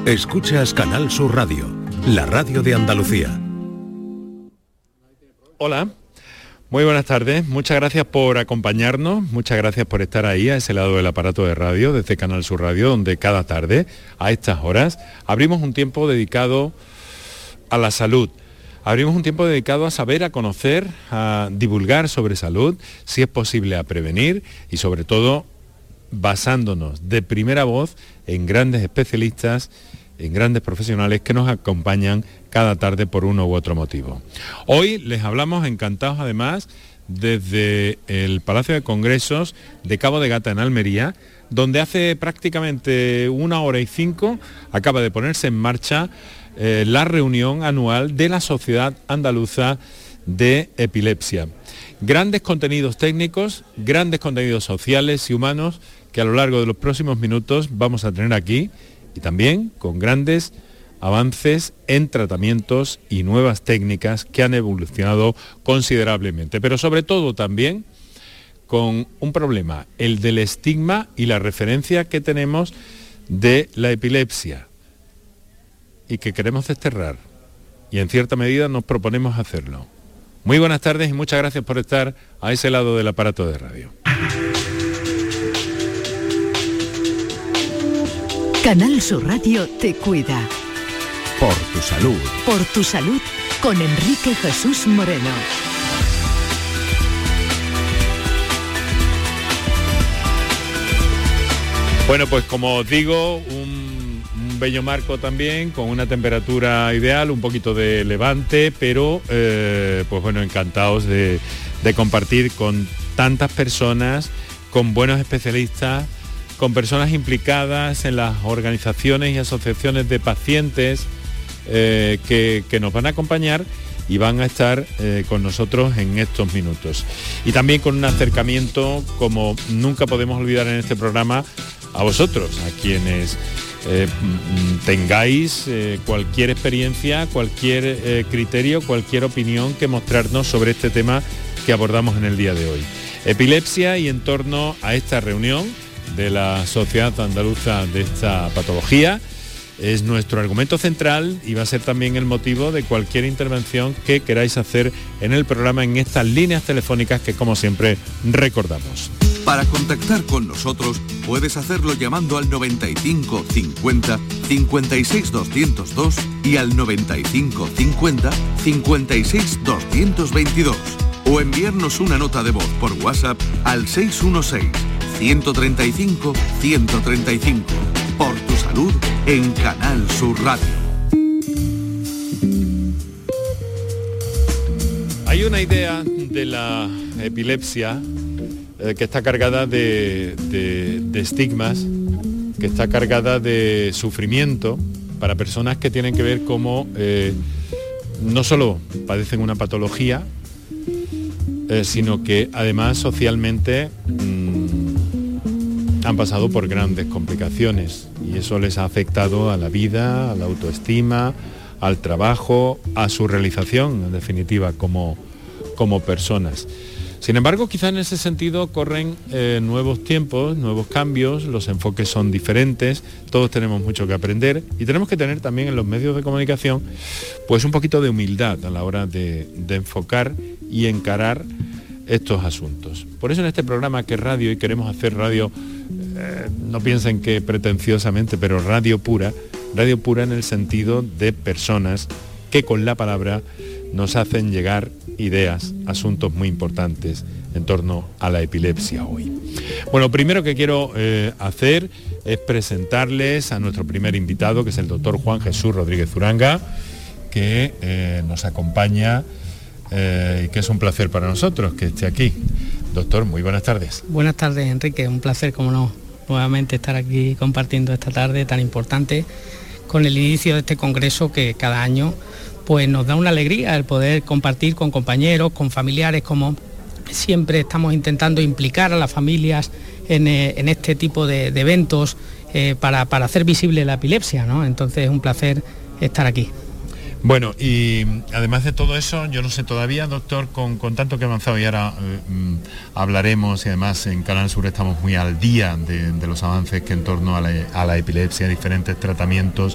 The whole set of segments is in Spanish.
Escuchas Canal Sur Radio, la radio de Andalucía. Hola, muy buenas tardes. Muchas gracias por acompañarnos, muchas gracias por estar ahí a ese lado del aparato de radio, desde Canal Sur Radio, donde cada tarde, a estas horas, abrimos un tiempo dedicado a la salud. Abrimos un tiempo dedicado a saber, a conocer, a divulgar sobre salud, si es posible a prevenir y sobre todo basándonos de primera voz en grandes especialistas, en grandes profesionales que nos acompañan cada tarde por uno u otro motivo. Hoy les hablamos encantados además desde el Palacio de Congresos de Cabo de Gata en Almería, donde hace prácticamente 1 hora y 5 acaba de ponerse en marcha la reunión anual de la Sociedad Andaluza de Epilepsia. Grandes contenidos técnicos, grandes contenidos sociales y humanos que a lo largo de los próximos minutos vamos a tener aquí y también con grandes avances en tratamientos y nuevas técnicas que han evolucionado considerablemente, pero sobre todo también con un problema, el del estigma y la referencia que tenemos de la epilepsia y que queremos desterrar y en cierta medida nos proponemos hacerlo. Muy buenas tardes y muchas gracias por estar a ese lado del aparato de radio. Canal Sur Radio te cuida. Por tu salud. Por tu salud con Enrique Jesús Moreno. Bueno, pues como os digo, un bello marco también, con una temperatura ideal, un poquito de levante, pero pues bueno, encantados de compartir con tantas personas, con buenos especialistas, con personas implicadas en las organizaciones y asociaciones de pacientes que nos van a acompañar y van a estar con nosotros en estos minutos. Y también con un acercamiento, como nunca podemos olvidar en este programa, a vosotros, a quienes tengáis cualquier experiencia, cualquier criterio, cualquier opinión que mostrarnos sobre este tema que abordamos en el día de hoy. Epilepsia y en torno a esta reunión de la Sociedad Andaluza de esta patología es nuestro argumento central y va a ser también el motivo de cualquier intervención que queráis hacer en el programa en estas líneas telefónicas que como siempre recordamos. Para contactar con nosotros puedes hacerlo llamando al 95 50 56 202 y al 95 50 56 222 o enviarnos una nota de voz por WhatsApp al 616 135 135. Por tu salud en Canal Sur Radio. Hay una idea de la epilepsia que está cargada de estigmas, que está cargada de sufrimiento para personas que tienen que ver cómo no solo padecen una patología, sino que además socialmente han pasado por grandes complicaciones y eso les ha afectado a la vida, a la autoestima, al trabajo, a su realización, en definitiva, como personas. Sin embargo, quizá en ese sentido corren nuevos tiempos, nuevos cambios, los enfoques son diferentes, todos tenemos mucho que aprender y tenemos que tener también en los medios de comunicación pues un poquito de humildad a la hora de enfocar y encarar estos asuntos. Por eso en este programa que es radio y queremos hacer radio, no piensen que pretenciosamente, pero radio pura en el sentido de personas que con la palabra nos hacen llegar ideas, asuntos muy importantes en torno a la epilepsia hoy. Bueno, primero que quiero hacer es presentarles a nuestro primer invitado, que es el doctor Juan Jesús Rodríguez Uranga, que nos acompaña y que es un placer para nosotros que esté aquí. Doctor, muy buenas tardes. Buenas tardes, Enrique, un placer, como no, nuevamente estar aquí compartiendo esta tarde tan importante con el inicio de este congreso que cada año pues nos da una alegría el poder compartir con compañeros, con familiares, como siempre estamos intentando implicar a las familias en este tipo de eventos para hacer visible la epilepsia, ¿no? Entonces es un placer estar aquí. Bueno, y además de todo eso, yo no sé todavía, doctor, con tanto que ha avanzado, y ahora hablaremos, y además en Canal Sur estamos muy al día de los avances que en torno a la epilepsia, diferentes tratamientos.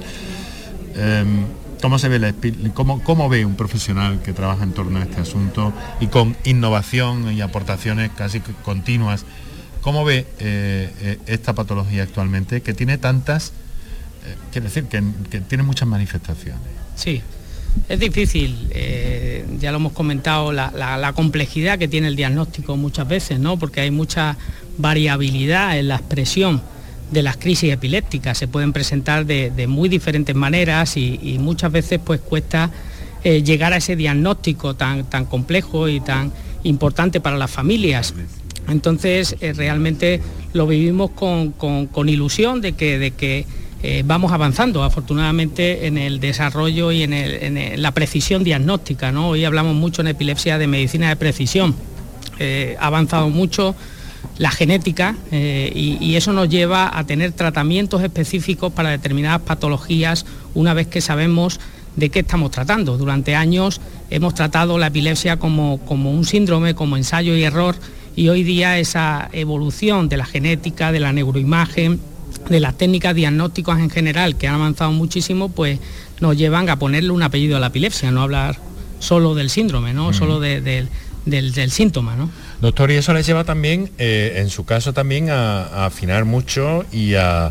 ¿Cómo se ve cómo ve un profesional que trabaja en torno a este asunto y con innovación y aportaciones casi continuas? ¿Cómo ve esta patología actualmente, que tiene tantas, quiere decir, que tiene muchas manifestaciones? Sí, es difícil, ya lo hemos comentado, la complejidad que tiene el diagnóstico muchas veces, ¿no? Porque hay mucha variabilidad en la expresión de las crisis epilépticas, se pueden presentar de muy diferentes maneras y muchas veces pues cuesta llegar a ese diagnóstico tan complejo y tan importante para las familias. Entonces realmente lo vivimos con ilusión de que vamos avanzando afortunadamente en el desarrollo y en la precisión diagnóstica, ¿no? Hoy hablamos mucho en epilepsia de medicina de precisión, ha avanzado mucho la genética y eso nos lleva a tener tratamientos específicos para determinadas patologías una vez que sabemos de qué estamos tratando. Durante años hemos tratado la epilepsia como un síndrome, como ensayo y error, y hoy día esa evolución de la genética, de la neuroimagen, de las técnicas diagnósticas en general, que han avanzado muchísimo, pues nos llevan a ponerle un apellido a la epilepsia, no hablar solo del síndrome, ¿no? Solo del síntoma, ¿no? Doctor, y eso les lleva también, en su caso también, a afinar mucho y a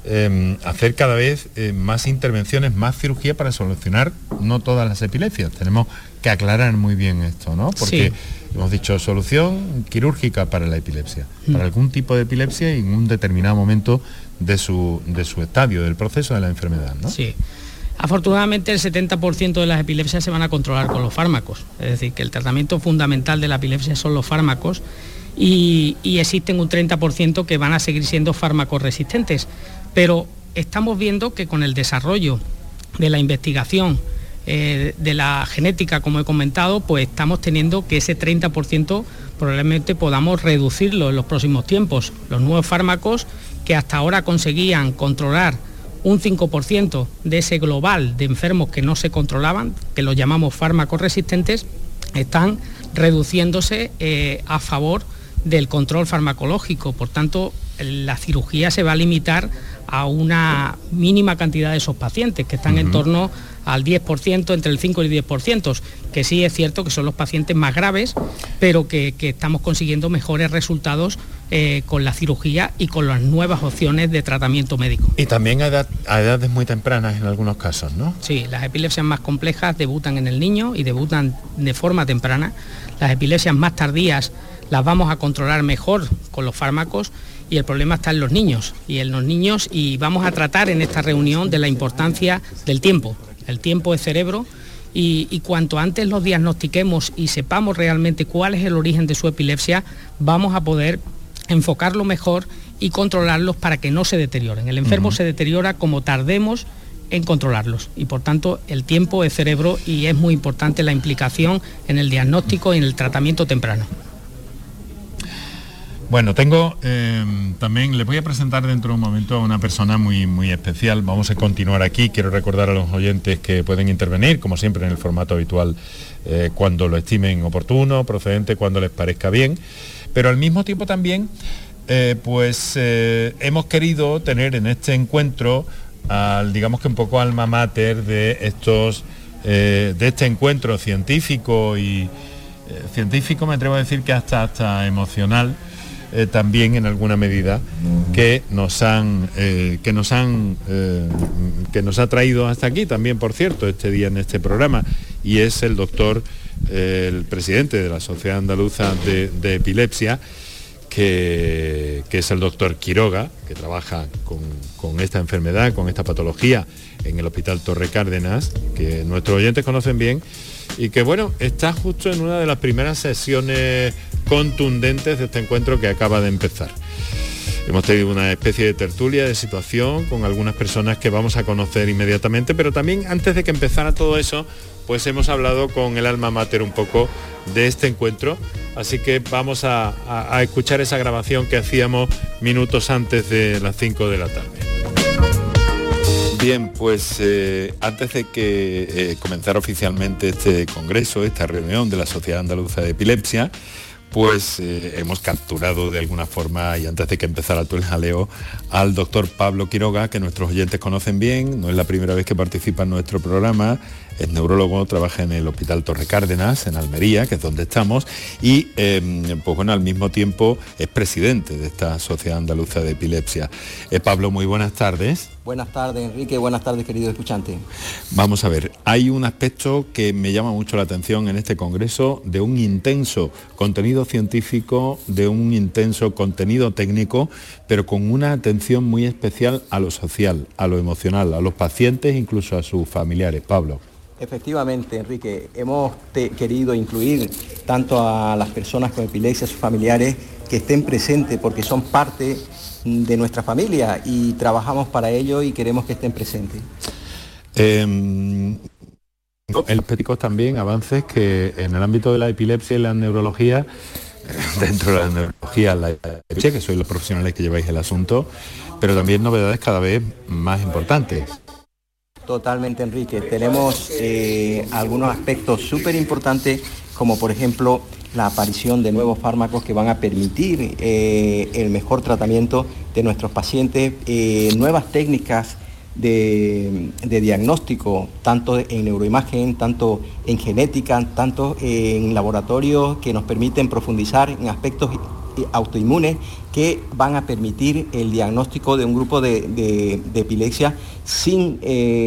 hacer cada vez más intervenciones, más cirugía para solucionar no todas las epilepsias. Tenemos que aclarar muy bien esto, ¿no? Porque sí, hemos dicho solución quirúrgica para la epilepsia, para algún tipo de epilepsia y en un determinado momento de su estadio, del proceso de la enfermedad, ¿no? Sí. Afortunadamente el 70% de las epilepsias se van a controlar con los fármacos, es decir, que el tratamiento fundamental de la epilepsia son los fármacos y existen un 30% que van a seguir siendo fármacos resistentes, pero estamos viendo que con el desarrollo de la investigación de la genética, como he comentado, pues estamos teniendo que ese 30% probablemente podamos reducirlo en los próximos tiempos. Los nuevos fármacos que hasta ahora conseguían controlar un 5% de ese global de enfermos que no se controlaban, que los llamamos fármacos resistentes, están reduciéndose a favor del control farmacológico. Por tanto, la cirugía se va a limitar a una mínima cantidad de esos pacientes, que están en torno al 10%, entre el 5 y el 10%, que sí es cierto que son los pacientes más graves, pero que estamos consiguiendo mejores resultados con la cirugía y con las nuevas opciones de tratamiento médico. Y también a edades muy tempranas en algunos casos, ¿no? Sí, las epilepsias más complejas debutan en el niño y debutan de forma temprana. Las epilepsias más tardías las vamos a controlar mejor con los fármacos y el problema está en los niños. Y vamos a tratar en esta reunión de la importancia del tiempo. El tiempo es cerebro y cuanto antes los diagnostiquemos y sepamos realmente cuál es el origen de su epilepsia, vamos a poder enfocarlo mejor y controlarlos para que no se deterioren. El enfermo se deteriora como tardemos en controlarlos y por tanto el tiempo es cerebro y es muy importante la implicación en el diagnóstico y en el tratamiento temprano. Bueno, tengo también, les voy a presentar dentro de un momento a una persona muy, muy especial. Vamos a continuar aquí. Quiero recordar a los oyentes que pueden intervenir, como siempre, en el formato habitual, cuando lo estimen oportuno, procedente, cuando les parezca bien. Pero al mismo tiempo también, hemos querido tener en este encuentro, digamos que un poco alma mater de este encuentro científico y científico, me atrevo a decir que hasta emocional, también en alguna medida, que nos ha traído hasta aquí también, por cierto, este día en este programa, y es el doctor, el presidente de la Sociedad Andaluza de Epilepsia, que es el doctor Quiroga, que trabaja con esta enfermedad, con esta patología en el Hospital Torre Cárdenas, que nuestros oyentes conocen bien, y que bueno, está justo en una de las primeras sesiones contundentes de este encuentro que acaba de empezar. Hemos tenido una especie de tertulia de situación con algunas personas que vamos a conocer inmediatamente, pero también antes de que empezara todo eso, pues hemos hablado con el alma mater un poco de este encuentro, así que vamos a escuchar esa grabación que hacíamos minutos antes de las 5 de la tarde. Bien, pues antes de que comenzara oficialmente este congreso, esta reunión de la Sociedad Andaluza de Epilepsia, pues hemos capturado de alguna forma, y antes de que empezara todo el jaleo, al doctor Pablo Quiroga, que nuestros oyentes conocen bien, no es la primera vez que participa en nuestro programa, es neurólogo, trabaja en el Hospital Torre Cárdenas, en Almería, que es donde estamos, y pues bueno, al mismo tiempo es presidente de esta Sociedad Andaluza de Epilepsia. Pablo, muy buenas tardes. Buenas tardes, Enrique, buenas tardes, querido escuchante. Vamos a ver, hay un aspecto que me llama mucho la atención en este congreso, de un intenso contenido científico, de un intenso contenido técnico, pero con una atención muy especial a lo social, a lo emocional, a los pacientes, incluso a sus familiares. Pablo. Efectivamente, Enrique, hemos querido incluir tanto a las personas con epilepsia, a sus familiares, que estén presentes porque son parte de nuestra familia y trabajamos para ello y queremos que estén presentes. El médicos también avances que en el ámbito de la epilepsia y la neurología, dentro de la neurología, la epilepsia, que sois los profesionales que lleváis el asunto, pero también novedades cada vez más importantes. Totalmente, Enrique. Tenemos algunos aspectos súper importantes, como por ejemplo la aparición de nuevos fármacos que van a permitir el mejor tratamiento de nuestros pacientes, nuevas técnicas de diagnóstico, tanto en neuroimagen, tanto en genética, tanto en laboratorios que nos permiten profundizar en aspectos autoinmunes que van a permitir el diagnóstico de un grupo de epilepsia sin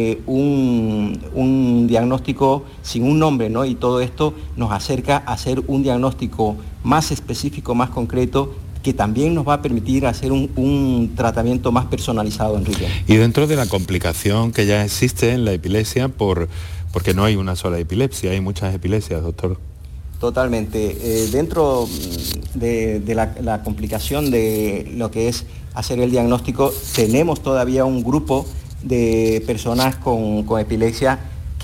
un diagnóstico, sin un nombre, ¿no? Y todo esto nos acerca a hacer un diagnóstico más específico, más concreto, que también nos va a permitir hacer un tratamiento más personalizado, Enrique. Y dentro de la complicación que ya existe en la epilepsia, porque no hay una sola epilepsia, hay muchas epilepsias, doctor. Totalmente. Dentro de la complicación de lo que es hacer el diagnóstico, tenemos todavía un grupo de personas con epilepsia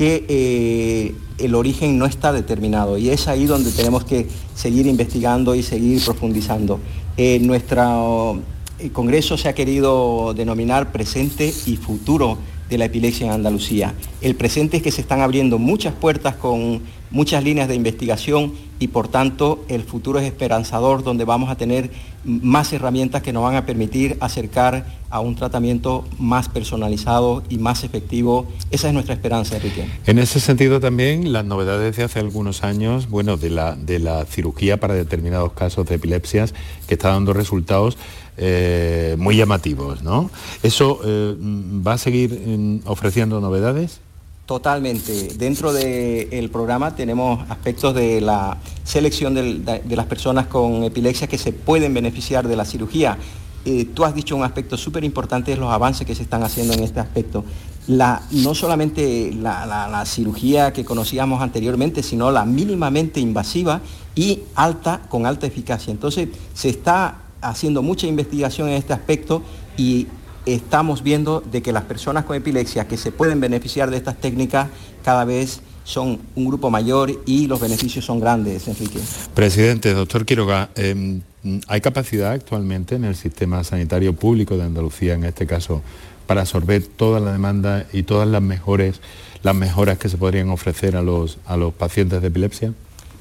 que el origen no está determinado y es ahí donde tenemos que seguir investigando y seguir profundizando. Nuestro congreso se ha querido denominar Presente y Futuro de la Epilepsia en Andalucía. El presente es que se están abriendo muchas puertas con muchas líneas de investigación y por tanto el futuro es esperanzador, donde vamos a tener más herramientas que nos van a permitir acercar a un tratamiento más personalizado y más efectivo. Esa es nuestra esperanza, Enrique. En ese sentido también las novedades de hace algunos años, bueno, de la cirugía para determinados casos de epilepsias, que está dando resultados muy llamativos, ¿no? ¿Eso va a seguir ofreciendo novedades? Totalmente. Dentro del programa tenemos aspectos de la selección de las personas con epilepsia que se pueden beneficiar de la cirugía. Tú has dicho un aspecto súper importante, es los avances que se están haciendo en este aspecto. No solamente la cirugía que conocíamos anteriormente, sino la mínimamente invasiva y con alta eficacia. Entonces se está haciendo mucha investigación en este aspecto y estamos viendo de que las personas con epilepsia que se pueden beneficiar de estas técnicas cada vez son un grupo mayor y los beneficios son grandes, Enrique. Presidente, doctor Quiroga, ¿hay capacidad actualmente en el sistema sanitario público de Andalucía, en este caso, para absorber toda la demanda y todas las mejoras que se podrían ofrecer a los pacientes de epilepsia?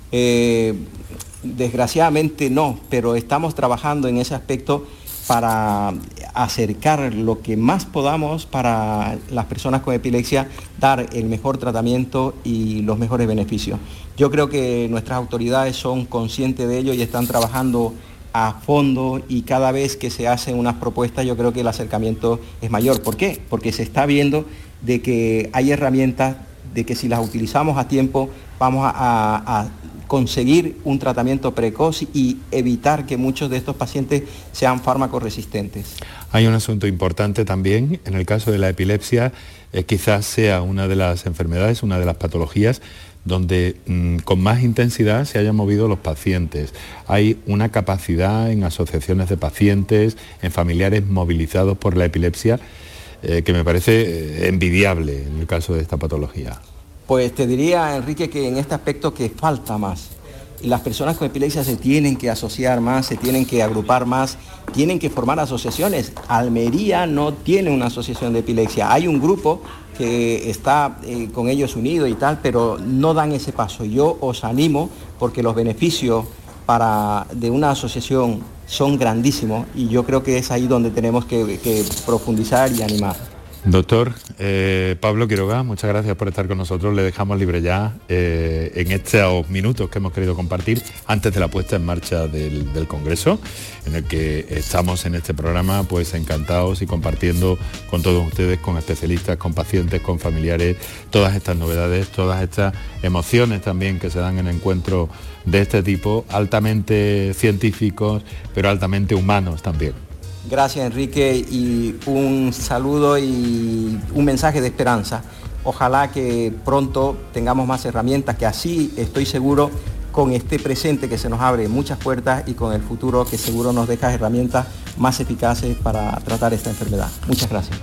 Desgraciadamente no, pero estamos trabajando en ese aspecto para acercar lo que más podamos para las personas con epilepsia, dar el mejor tratamiento y los mejores beneficios. Yo creo que nuestras autoridades son conscientes de ello y están trabajando a fondo y cada vez que se hacen unas propuestas yo creo que el acercamiento es mayor. ¿Por qué? Porque se está viendo de que hay herramientas de que si las utilizamos a tiempo vamos a conseguir un tratamiento precoz y evitar que muchos de estos pacientes sean fármacos resistentes. Hay un asunto importante también, en el caso de la epilepsia, quizás sea una de las enfermedades, una de las patologías donde con más intensidad se hayan movido los pacientes. Hay una capacidad en asociaciones de pacientes, en familiares movilizados por la epilepsia, que me parece envidiable en el caso de esta patología. Pues te diría, Enrique, que en este aspecto que falta más. las personas con epilepsia se tienen que asociar más, se tienen que agrupar más, tienen que formar asociaciones. Almería no tiene una asociación de epilepsia. Hay un grupo que está con ellos unido y tal, pero no dan ese paso. Yo os animo porque los beneficios de una asociación son grandísimos y yo creo que es ahí donde tenemos que profundizar y animar. Doctor Pablo Quiroga, muchas gracias por estar con nosotros. Le dejamos libre ya en estos minutos que hemos querido compartir antes de la puesta en marcha del Congreso, en el que estamos en este programa pues encantados y compartiendo con todos ustedes, con especialistas, con pacientes, con familiares, todas estas novedades, todas estas emociones también que se dan en encuentros de este tipo, altamente científicos, pero altamente humanos también. Gracias, Enrique, y un saludo y un mensaje de esperanza. Ojalá que pronto tengamos más herramientas, que así estoy seguro con este presente que se nos abre muchas puertas y con el futuro que seguro nos deja herramientas más eficaces para tratar esta enfermedad. Muchas gracias.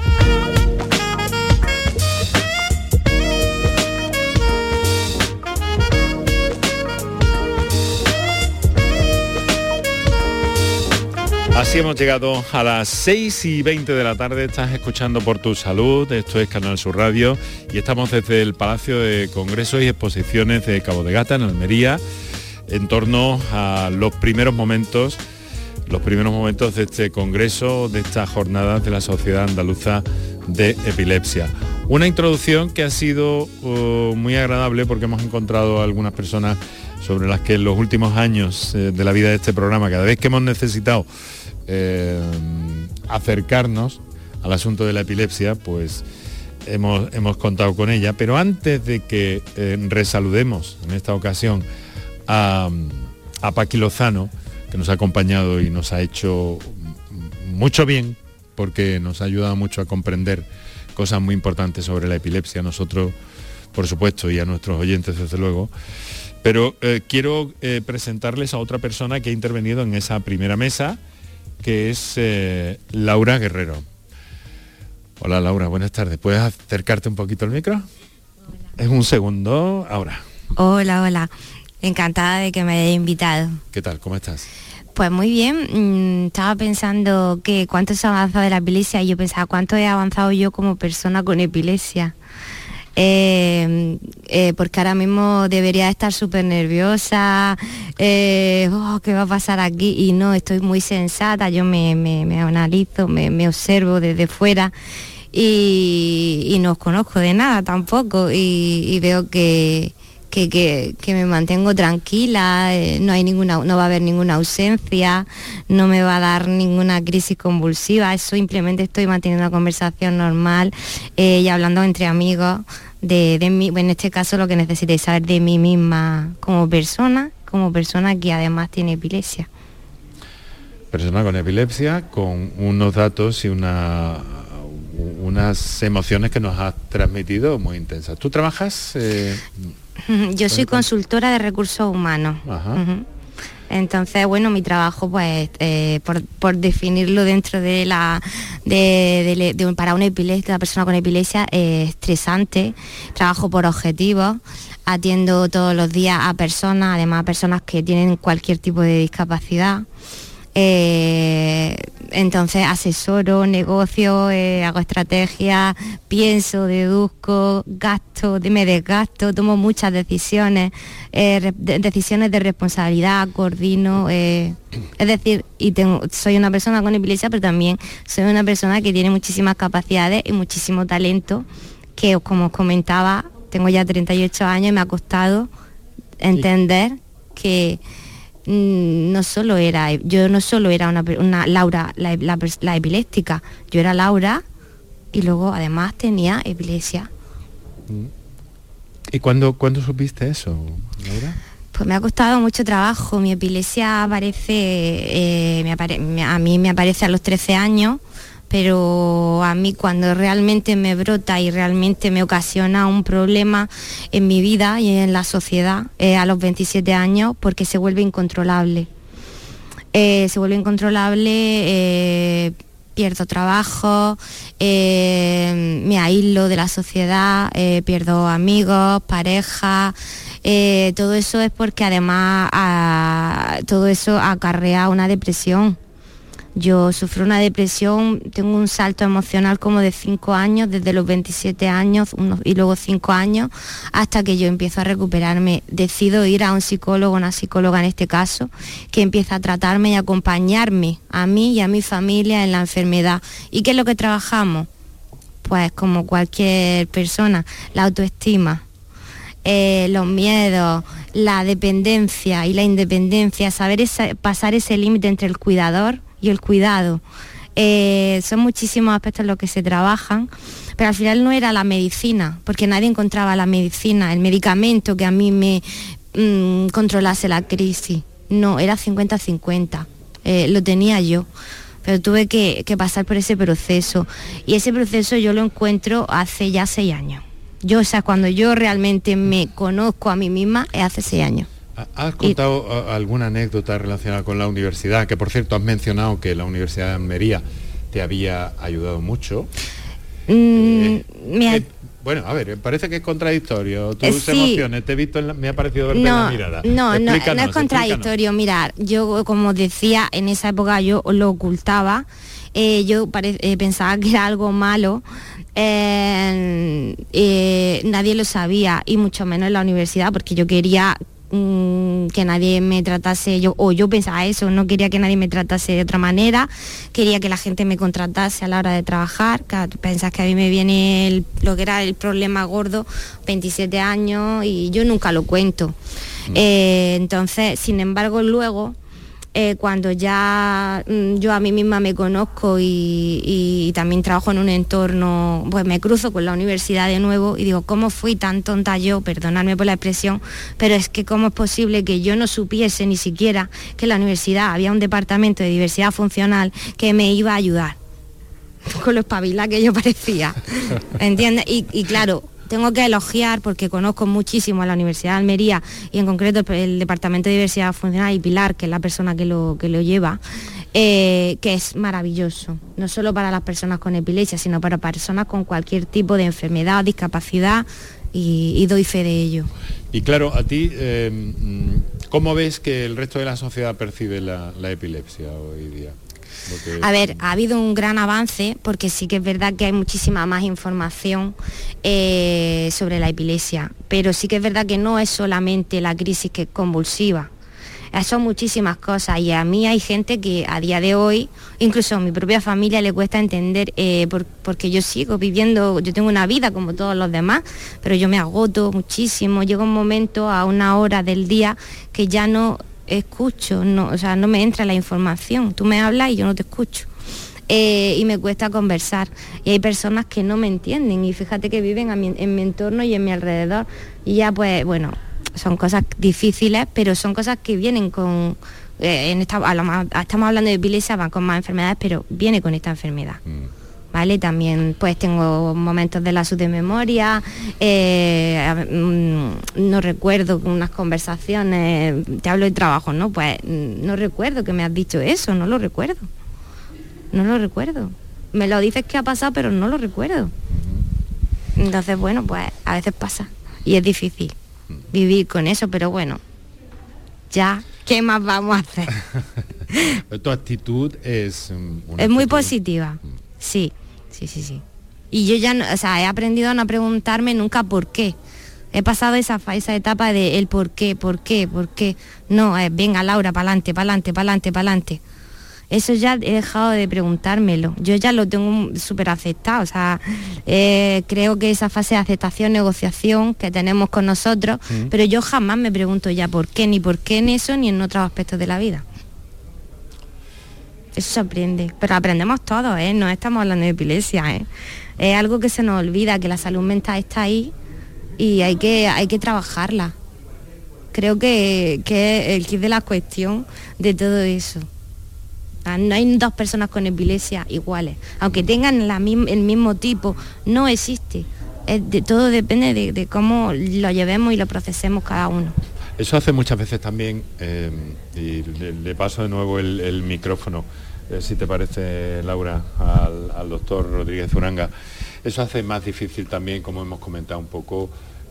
Así hemos llegado a las 6:20 de la tarde, estás escuchando Por tu Salud, esto es Canal Sur Radio y estamos desde el Palacio de Congresos y Exposiciones de Cabo de Gata, en Almería, en torno a los primeros momentos de este congreso, de estas jornadas de la Sociedad Andaluza de Epilepsia. Una introducción que ha sido muy agradable porque hemos encontrado a algunas personas sobre las que en los últimos años de la vida de este programa, cada vez que hemos necesitado acercarnos al asunto de la epilepsia, pues hemos contado con ella. Pero antes de que resaludemos en esta ocasión a Paqui Lozano, que nos ha acompañado y nos ha hecho mucho bien, porque nos ha ayudado mucho a comprender cosas muy importantes sobre la epilepsia, a nosotros, por supuesto, y a nuestros oyentes, desde luego. Pero quiero presentarles a otra persona que ha intervenido en esa primera mesa, que es Laura Guerrero. Hola Laura, buenas tardes. ¿Puedes acercarte un poquito al micro? Hola. Es un segundo, ahora. Hola. Encantada de que me hayas invitado. ¿Qué tal? ¿Cómo estás? Pues muy bien. Estaba pensando que cuánto se ha avanzado de la epilepsia y yo pensaba cuánto he avanzado yo como persona con epilepsia. Porque ahora mismo debería estar súper nerviosa, ¿qué va a pasar aquí? Y no, estoy muy sensata, yo me analizo, me observo desde fuera y no os conozco de nada tampoco y veo que me mantengo tranquila, no va a haber ninguna ausencia, no me va a dar ninguna crisis convulsiva, simplemente estoy manteniendo una conversación normal y hablando entre amigos de mí, en este caso lo que necesitéis saber de mí misma como persona que además tiene epilepsia. Persona con epilepsia, con unos datos y unas emociones que nos has transmitido muy intensas. ¿Tú trabajas...? Yo soy consultora de recursos humanos. Ajá. Uh-huh. Entonces, bueno, mi trabajo, pues, por definirlo dentro de para una persona con epilepsia, es estresante. Trabajo por objetivos, atiendo todos los días a personas, además a personas que tienen cualquier tipo de discapacidad. Entonces asesoro, negocio, hago estrategias, pienso, deduzco, gasto, me desgasto, tomo muchas decisiones, decisiones de responsabilidad, coordino, es decir, soy una persona con epilepsia, pero también soy una persona que tiene muchísimas capacidades y muchísimo talento, que como os comentaba, tengo ya 38 años y me ha costado entender que yo no solo era una Laura la epiléptica, yo era Laura y luego además tenía epilepsia. ¿Y cuándo supiste eso, Laura? Pues me ha costado mucho trabajo. Mi epilepsia a mí me aparece a los 13 años, pero a mí cuando realmente me brota y realmente me ocasiona un problema en mi vida y en la sociedad, a los 27 años, porque se vuelve incontrolable. Pierdo trabajo, me aíslo de la sociedad, pierdo amigos, pareja, Todo eso es porque además todo eso acarrea una depresión. Yo sufro una depresión, tengo un salto emocional como de 5 años, desde los 27 años y luego 5 años, hasta que yo empiezo a recuperarme. Decido ir a un psicólogo, una psicóloga en este caso, que empieza a tratarme y acompañarme a mí y a mi familia en la enfermedad. ¿Y qué es lo que trabajamos? Pues como cualquier persona, la autoestima, los miedos, la dependencia y la independencia, saber pasar ese límite entre el cuidador y el cuidado. Son muchísimos aspectos en los que se trabajan, pero al final no era la medicina, porque nadie encontraba la medicina, el medicamento que a mí me controlase la crisis. No, era 50-50, lo tenía yo, pero tuve que pasar por ese proceso, y ese proceso yo lo encuentro hace ya 6 años. Cuando yo realmente me conozco a mí misma es hace 6 años. ¿Has contado alguna anécdota relacionada con la universidad? Que por cierto has mencionado que la Universidad de Almería te había ayudado mucho. Bueno, a ver, parece que es contradictorio. Tus emociones, te he visto, me ha parecido verte en la mirada. No es contradictorio. Mirad, yo como decía, en esa época yo lo ocultaba. Yo pensaba que era algo malo. Nadie lo sabía, y mucho menos en la universidad, porque yo quería que nadie me tratase, yo pensaba eso, no quería que nadie me tratase de otra manera, quería que la gente me contratase a la hora de trabajar. Claro, tú piensas que a mí me viene lo que era el problema gordo, 27 años, y yo nunca lo cuento. Entonces, sin embargo, luego, cuando ya yo a mí misma me conozco y también trabajo en un entorno, pues me cruzo con la universidad de nuevo y digo, ¿cómo fui tan tonta yo? Perdonadme por la expresión, pero es que ¿cómo es posible que yo no supiese ni siquiera que en la universidad había un departamento de diversidad funcional que me iba a ayudar? Con lo espabila que yo parecía, ¿entiendes? Y claro, tengo que elogiar, porque conozco muchísimo a la Universidad de Almería, y en concreto el Departamento de Diversidad Funcional, y Pilar, que es la persona que lo lleva, que es maravilloso, no solo para las personas con epilepsia, sino para personas con cualquier tipo de enfermedad, discapacidad, y doy fe de ello. Y claro, a ti, ¿cómo ves que el resto de la sociedad percibe la epilepsia hoy día? A ver, ha habido un gran avance, porque sí que es verdad que hay muchísima más información sobre la epilepsia, pero sí que es verdad que no es solamente la crisis que es convulsiva, son muchísimas cosas, y a mí hay gente que a día de hoy, incluso a mi propia familia, le cuesta entender, porque yo sigo viviendo, yo tengo una vida como todos los demás, pero yo me agoto muchísimo, llega un momento a una hora del día que ya no escucho, no me entra la información, tú me hablas y yo no te escucho, y me cuesta conversar, y hay personas que no me entienden, y fíjate que viven en mi entorno y en mi alrededor, y ya pues bueno, son cosas difíciles, pero son cosas que vienen con, estamos hablando de epilepsia, van con más enfermedades, pero viene con esta enfermedad. ¿Vale? También pues tengo momentos de lapsus de memoria, no recuerdo unas conversaciones, te hablo de trabajo, ¿no? Pues no recuerdo que me has dicho eso, no lo recuerdo. Me lo dices que ha pasado, pero no lo recuerdo. Entonces, bueno, pues a veces pasa, y es difícil vivir con eso, pero bueno, ya, ¿qué más vamos a hacer? Tu actitud es muy positiva, sí. Y yo ya, he aprendido a no preguntarme nunca por qué. He pasado esa etapa de el por qué. No, venga Laura, pa'lante. Eso ya he dejado de preguntármelo. Yo ya lo tengo súper aceptado. Creo que esa fase de aceptación, negociación que tenemos con nosotros, pero yo jamás me pregunto ya por qué, ni por qué en eso, ni en otros aspectos de la vida. Eso se aprende, pero aprendemos todos, no estamos hablando de epilepsia, es algo que se nos olvida, que la salud mental está ahí y hay que trabajarla. Creo que es el kit de la cuestión de todo eso. No hay dos personas con epilepsia iguales, aunque tengan el mismo tipo, no existe. Todo depende de cómo lo llevemos y lo procesemos cada uno. Eso hace muchas veces también, y le paso de nuevo el micrófono, si te parece, Laura, al doctor Rodríguez Uranga. Eso hace más difícil también, como hemos comentado un poco,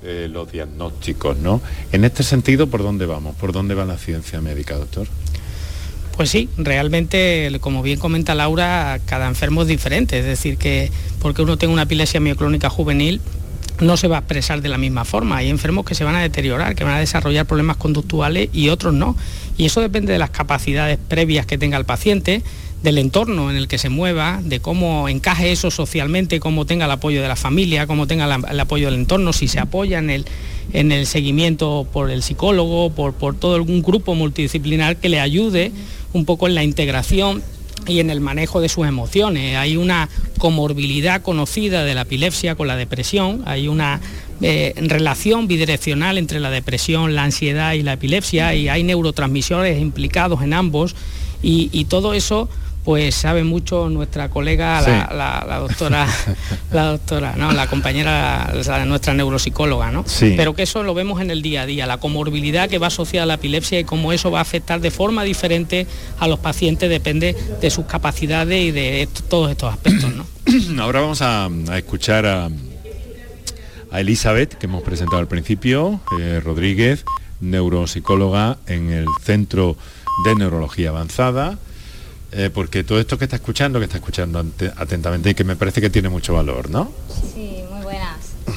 los diagnósticos, ¿no? En este sentido, ¿por dónde vamos? ¿Por dónde va la ciencia médica, doctor? Pues sí, realmente, como bien comenta Laura, cada enfermo es diferente, es decir, que porque uno tenga una epilepsia mioclónica juvenil, no se va a expresar de la misma forma. Hay enfermos que se van a deteriorar, que van a desarrollar problemas conductuales y otros no. Y eso depende de las capacidades previas que tenga el paciente, del entorno en el que se mueva, de cómo encaje eso socialmente, cómo tenga el apoyo de la familia, cómo tenga el apoyo del entorno, si se apoya en el seguimiento por el psicólogo, por todo algún grupo multidisciplinar que le ayude un poco en la integración y en el manejo de sus emociones. Hay una comorbilidad conocida de la epilepsia con la depresión, hay una relación bidireccional entre la depresión, la ansiedad y la epilepsia, y hay neurotransmisores implicados en ambos, y todo eso pues sabe mucho nuestra colega, sí. la doctora, ¿no? La compañera, nuestra neuropsicóloga, ¿no? Sí. Pero que eso lo vemos en el día a día, la comorbilidad que va asociada a la epilepsia y cómo eso va a afectar de forma diferente a los pacientes, depende de sus capacidades y de todos estos aspectos, ¿no? Ahora vamos a escuchar a Elizabeth, que hemos presentado al principio, Rodríguez, neuropsicóloga en el Centro de Neurología Avanzada, porque todo esto que está escuchando atentamente y que me parece que tiene mucho valor, ¿no? Sí, muy buenas.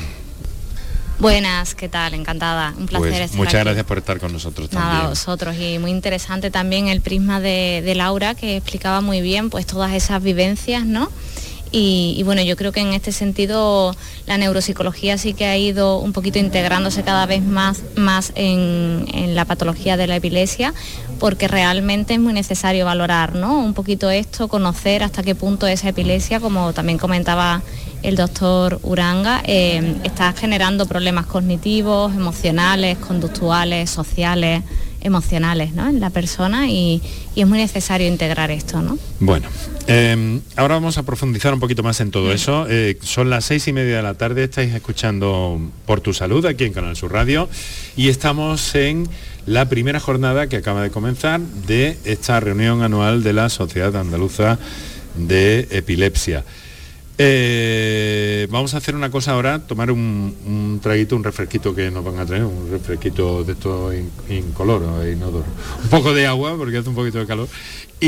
Buenas, ¿qué tal? Encantada, un placer pues, estar muchas aquí. Gracias por estar con nosotros también. Nada, a vosotros, y muy interesante también el prisma de Laura, que explicaba muy bien pues todas esas vivencias, ¿no? Y bueno, yo creo que en este sentido la neuropsicología sí que ha ido un poquito integrándose cada vez más en la patología de la epilepsia, porque realmente es muy necesario valorar, ¿no? Un poquito esto, conocer hasta qué punto esa epilepsia, como también comentaba el doctor Uranga, está generando problemas cognitivos, emocionales, conductuales, sociales, emocionales, ¿no? En la persona, y es muy necesario integrar esto, ¿no? Bueno, ahora vamos a profundizar un poquito más en todo eso. Son las 6:30 de la tarde, estáis escuchando Por tu Salud aquí en Canal Sur Radio, y estamos en la primera jornada que acaba de comenzar de esta reunión anual de la Sociedad Andaluza de Epilepsia. Vamos a hacer una cosa ahora, tomar un traguito, un refresquito que nos van a traer, un refresquito de esto incoloro, inodoro, un poco de agua porque hace un poquito de calor,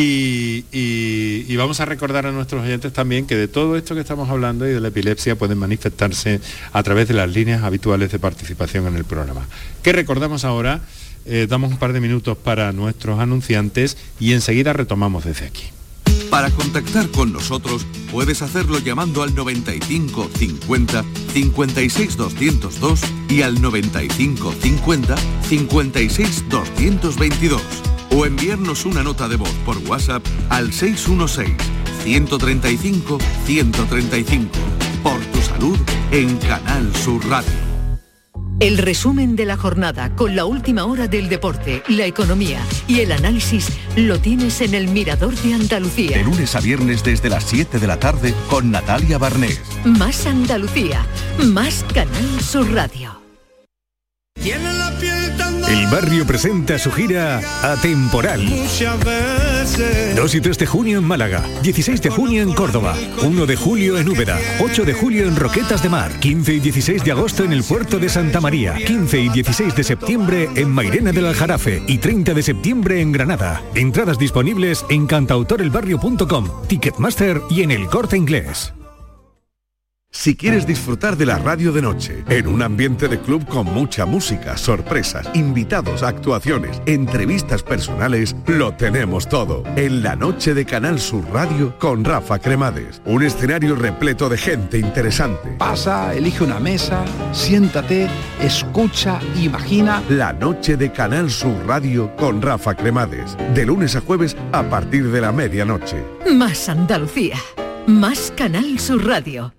y vamos a recordar a nuestros oyentes también que de todo esto que estamos hablando y de la epilepsia pueden manifestarse a través de las líneas habituales de participación en el programa. ¿Qué recordamos ahora? Damos un par de minutos para nuestros anunciantes y enseguida retomamos desde aquí. Para contactar con nosotros puedes hacerlo llamando al 95 50 56 202 y al 95 50 56 222 o enviarnos una nota de voz por WhatsApp al 616 135 135. Por tu salud en Canal Sur Radio. El resumen de la jornada con la última hora del deporte, la economía y el análisis lo tienes en El Mirador de Andalucía. De lunes a viernes desde las 7 de la tarde con Natalia Barnés. Más Andalucía, más Canal Sur Radio. El barrio presenta su gira Atemporal. 2 y 3 de junio en Málaga, 16 de junio en Córdoba, 1 de julio en Úbeda, 8 de julio en Roquetas de Mar, 15 y 16 de agosto en el puerto de Santa María, 15 y 16 de septiembre en Mairena del Aljarafe y 30 de septiembre en Granada. Entradas disponibles en cantautorelbarrio.com, Ticketmaster y en El Corte Inglés. Si quieres disfrutar de la radio de noche, en un ambiente de club con mucha música, sorpresas, invitados, actuaciones, entrevistas personales, lo tenemos todo. En la noche de Canal Sur Radio con Rafa Cremades. Un escenario repleto de gente interesante. Pasa, elige una mesa, siéntate, escucha, imagina. La noche de Canal Sur Radio con Rafa Cremades. De lunes a jueves a partir de la medianoche. Más Andalucía, más Canal Sur Radio.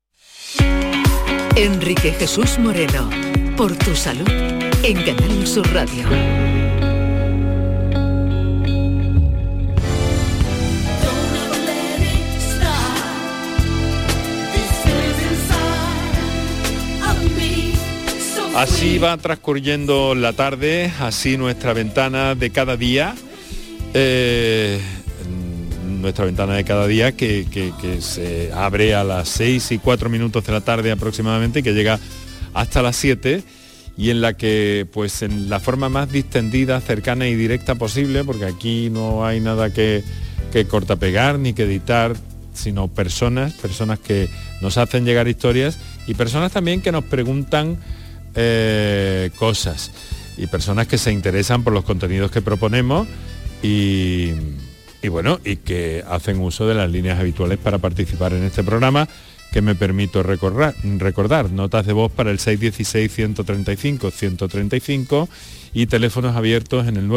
Enrique Jesús Moreno, por tu salud, en Canal Sur Radio. Así va transcurriendo la tarde, así nuestra ventana de cada día. Nuestra ventana de cada día que se abre a las 6:04 de la tarde aproximadamente, que llega hasta las 7, y en la que, pues en la forma más distendida, cercana y directa posible, porque aquí no hay nada que cortapegar ni que editar, sino personas que nos hacen llegar historias, y personas también que nos preguntan cosas, y personas que se interesan por los contenidos que proponemos y bueno, y que hacen uso de las líneas habituales para participar en este programa, que me permito recordar, notas de voz para el 616-135-135 y teléfonos abiertos en el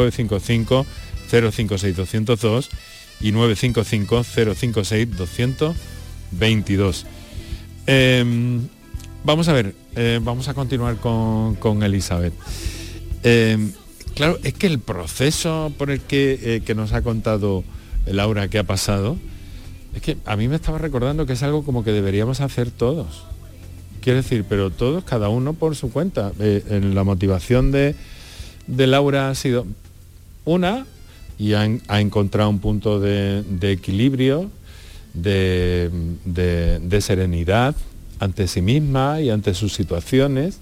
955-056-202 y 955-056-222. Vamos a ver, vamos a continuar con Elizabeth. Claro, es que el proceso por el que nos ha contado Laura que ha pasado, es que a mí me estaba recordando que es algo como que deberíamos hacer todos. Quiero decir, pero todos, cada uno por su cuenta. La motivación de Laura ha sido una, y ha encontrado un punto de equilibrio, de serenidad ante sí misma y ante sus situaciones.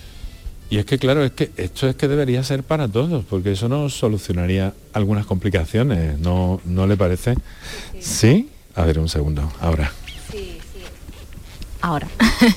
Y es que claro, es que esto es que debería ser para todos, porque eso nos solucionaría algunas complicaciones, ¿no le parece? ¿Sí? A ver, un segundo, ahora. Sí. Ahora.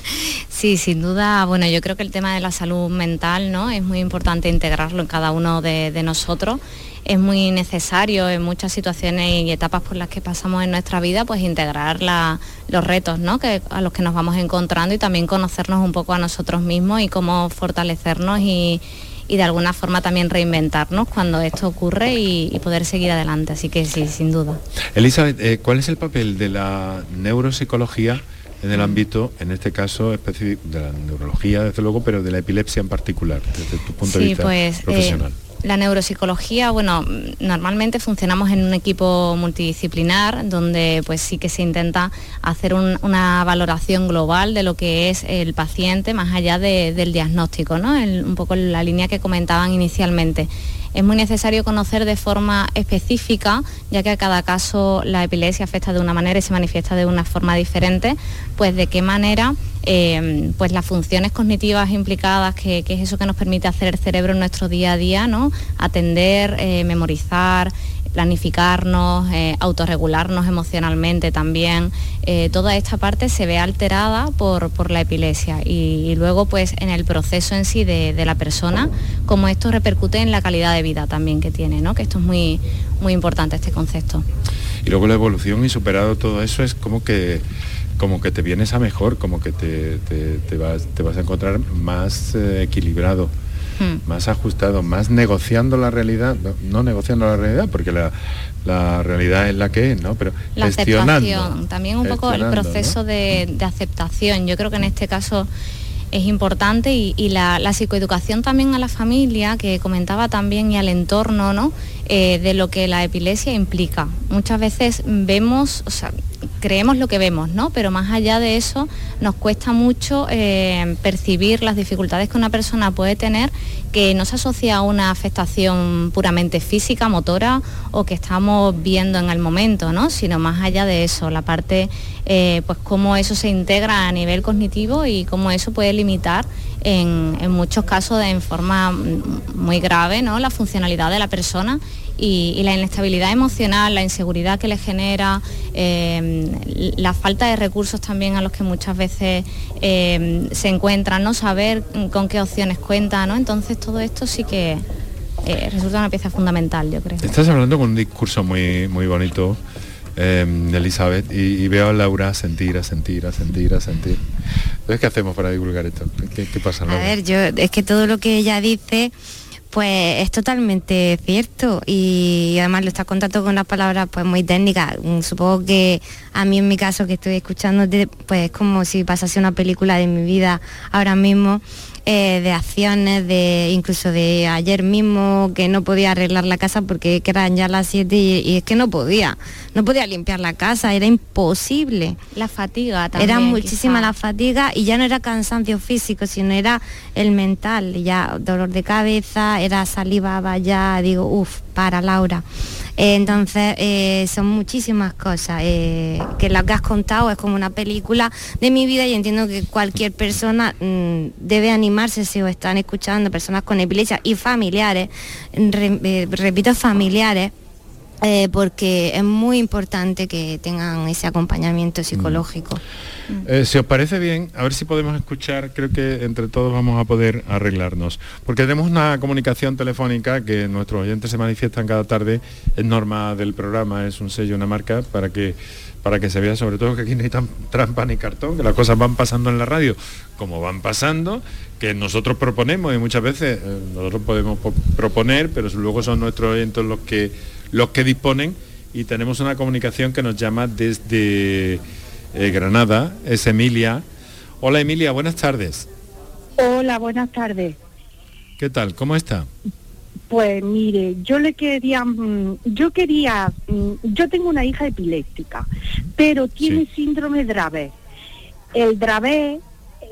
Sí, sin duda, bueno, yo creo que el tema de la salud mental, ¿no? Es muy importante integrarlo en cada uno de nosotros. Es muy necesario en muchas situaciones y etapas por las que pasamos en nuestra vida, pues integrar los retos, ¿no? A los que nos vamos encontrando, y también conocernos un poco a nosotros mismos y cómo fortalecernos y de alguna forma también reinventarnos cuando esto ocurre y poder seguir adelante. Así que sí, sin duda. Elizabeth, ¿cuál es el papel de la neuropsicología en el ámbito, en este caso específico, de la neurología, desde luego, pero de la epilepsia en particular, desde tu punto de vista profesional? La neuropsicología, bueno, normalmente funcionamos en un equipo multidisciplinar donde pues sí que se intenta hacer una valoración global de lo que es el paciente más allá del diagnóstico, ¿no? Un poco la línea que comentaban inicialmente. Es muy necesario conocer de forma específica, ya que a cada caso la epilepsia afecta de una manera y se manifiesta de una forma diferente, pues de qué manera pues las funciones cognitivas implicadas, que es eso que nos permite hacer el cerebro en nuestro día a día, ¿no? Atender, memorizar, planificarnos, autorregularnos emocionalmente también. Toda esta parte se ve alterada por la epilepsia y luego pues en el proceso en sí de la persona, cómo esto repercute en la calidad de vida también que tiene, ¿no? Que esto es muy, muy importante, este concepto. Y luego la evolución, y superado todo eso, es como que te vienes a mejor, como que te vas a encontrar más equilibrado, más ajustado, más negociando la realidad, no negociando la realidad, porque la realidad es la que es, ¿no? Pero la gestionando. Aceptación, también un poco el proceso, ¿no? de aceptación. Yo creo que en este caso es importante y la psicoeducación también a la familia, que comentaba también, y al entorno, ¿no? De lo que la epilepsia implica. Muchas veces vemos, o sea, creemos lo que vemos, ¿no? Pero más allá de eso, nos cuesta mucho percibir las dificultades que una persona puede tener, que no se asocia a una afectación puramente física, motora, o que estamos viendo en el momento, ¿no? Sino más allá de eso, la parte, pues cómo eso se integra a nivel cognitivo y cómo eso puede limitar en muchos casos en forma muy grave, ¿no? La funcionalidad de la persona y la inestabilidad emocional, la inseguridad que le genera, la falta de recursos también a los que muchas veces se encuentran, no saber con qué opciones cuenta, ¿no? Entonces todo esto sí que resulta una pieza fundamental, yo creo. Estás hablando con un discurso muy, muy bonito, Elizabeth, y veo a Laura sentir. Entonces, ¿qué hacemos para divulgar esto? ¿Qué pasa, Laura? A ver, es que todo lo que ella dice, pues es totalmente cierto, y además lo está contando con unas palabras pues muy técnicas. Supongo que a mí, en mi caso, que estoy escuchándote, pues es como si pasase una película de mi vida ahora mismo, de acciones, incluso de ayer mismo, que no podía arreglar la casa porque eran ya las 7 y es que no podía limpiar la casa, era imposible. La fatiga también. Era muchísima la fatiga, y ya no era cansancio físico, sino era el mental, ya dolor de cabeza, era salivaba ya, digo, para Laura. Entonces son muchísimas cosas, que lo que has contado es como una película de mi vida, y entiendo que cualquier persona debe animarse, si os están escuchando personas con epilepsia y familiares, repito, familiares, porque es muy importante que tengan ese acompañamiento psicológico. Si os parece bien, a ver si podemos escuchar, creo que entre todos vamos a poder arreglarnos, porque tenemos una comunicación telefónica que nuestros oyentes se manifiestan cada tarde, es norma del programa, es un sello, una marca, para que se vea sobre todo que aquí no hay trampa ni cartón, que las cosas van pasando en la radio como van pasando, que nosotros proponemos, y muchas veces nosotros podemos proponer, pero luego son nuestros oyentes los que disponen, y tenemos una comunicación que nos llama desde Granada, es Emilia. Hola Emilia, buenas tardes. Hola, buenas tardes. ¿Qué tal? ¿Cómo está? Pues mire, yo tengo una hija epiléptica, pero tiene síndrome Dravet. El Dravet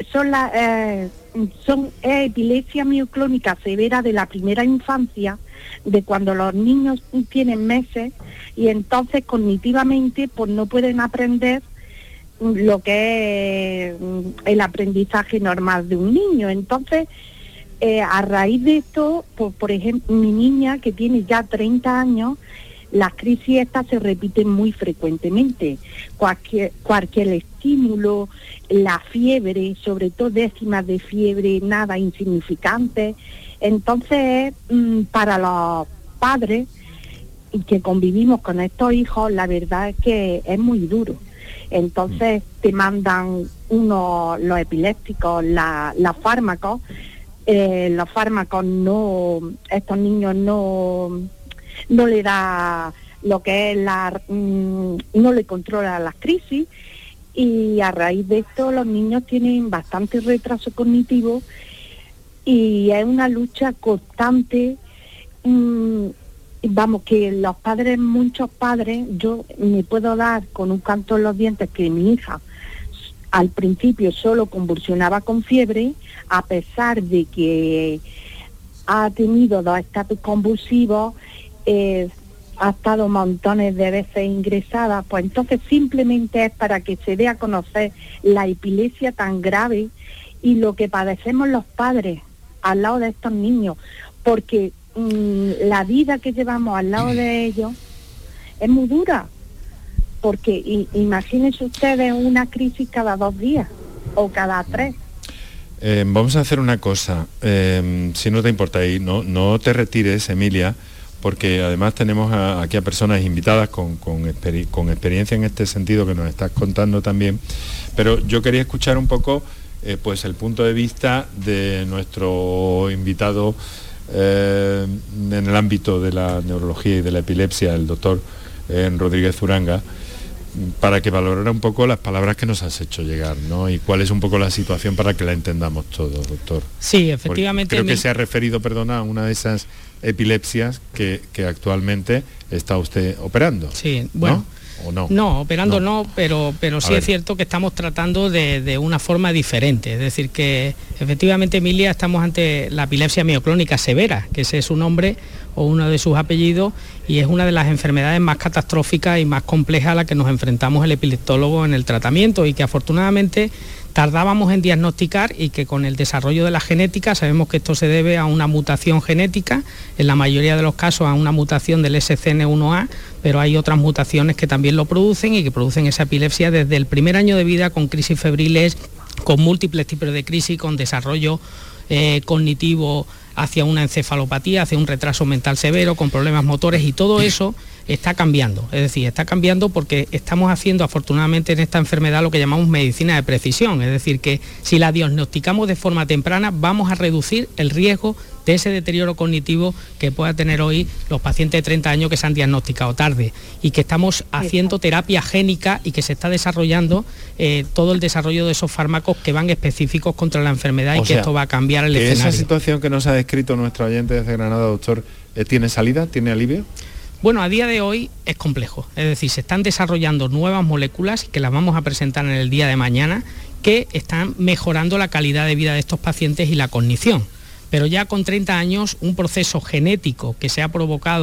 es epilepsia mioclónica severa de la primera infancia, de cuando los niños tienen meses, y entonces cognitivamente pues no pueden aprender lo que es el aprendizaje normal de un niño. Entonces, a raíz de esto, pues, por ejemplo, mi niña, que tiene ya 30 años, las crisis estas se repiten muy frecuentemente. Cualquier estímulo, la fiebre, sobre todo décimas de fiebre, nada insignificante. Entonces, para los padres que convivimos con estos hijos, la verdad es que es muy duro. Entonces te mandan los epilépticos, los fármacos. Los fármacos estos niños no le da lo que es no le controla las crisis, y a raíz de esto los niños tienen bastante retraso cognitivo, y es una lucha constante. Vamos, que los padres, muchos padres, yo me puedo dar con un canto en los dientes que mi hija al principio solo convulsionaba con fiebre, a pesar de que ha tenido 2 estatus convulsivos, ha estado montones de veces ingresada. Pues entonces simplemente es para que se dé a conocer la epilepsia tan grave y lo que padecemos los padres al lado de estos niños, porque la vida que llevamos al lado de ellos es muy dura, porque imagínense ustedes una crisis cada 2 días o cada 3. Vamos a hacer una cosa, si no te importa, y no te retires, Emilia, porque además tenemos aquí a personas invitadas con experiencia en este sentido que nos estás contando también, pero yo quería escuchar un poco pues el punto de vista de nuestro invitado en el ámbito de la neurología y de la epilepsia, el doctor Rodríguez Uranga, para que valorara un poco las palabras que nos has hecho llegar, ¿no? Y cuál es un poco la situación para que la entendamos todos, doctor. Sí, efectivamente. Porque creo que se ha referido, a una de esas epilepsias que actualmente está usted operando. Sí, bueno. ¿No? ¿O no? No, operando no, pero sí es cierto que estamos tratando de una forma diferente. Es decir, que efectivamente, Emilia, estamos ante la epilepsia mioclónica severa, que ese es su nombre o uno de sus apellidos, y es una de las enfermedades más catastróficas y más complejas a las que nos enfrentamos el epileptólogo en el tratamiento, y que afortunadamente tardábamos en diagnosticar, y que con el desarrollo de la genética sabemos que esto se debe a una mutación genética, en la mayoría de los casos a una mutación del SCN1A, pero hay otras mutaciones que también lo producen y que producen esa epilepsia desde el primer año de vida, con crisis febriles, con múltiples tipos de crisis, con desarrollo cognitivo hacia una encefalopatía, hacia un retraso mental severo, con problemas motores, y todo eso está cambiando. Es decir, está cambiando porque estamos haciendo afortunadamente en esta enfermedad lo que llamamos medicina de precisión. Es decir, que si la diagnosticamos de forma temprana, vamos a reducir el riesgo de ese deterioro cognitivo que pueda tener hoy los pacientes de 30 años que se han diagnosticado tarde, y que estamos haciendo terapia génica y que se está desarrollando todo el desarrollo de esos fármacos que van específicos contra la enfermedad, y que esto va a cambiar el escenario. ¿Esa situación que nos ha descrito nuestro oyente desde Granada, doctor, tiene salida, tiene alivio? Bueno, a día de hoy es complejo, es decir, se están desarrollando nuevas moléculas que las vamos a presentar en el día de mañana, que están mejorando la calidad de vida de estos pacientes y la cognición. Pero ya con 30 años, un proceso genético que se ha provocado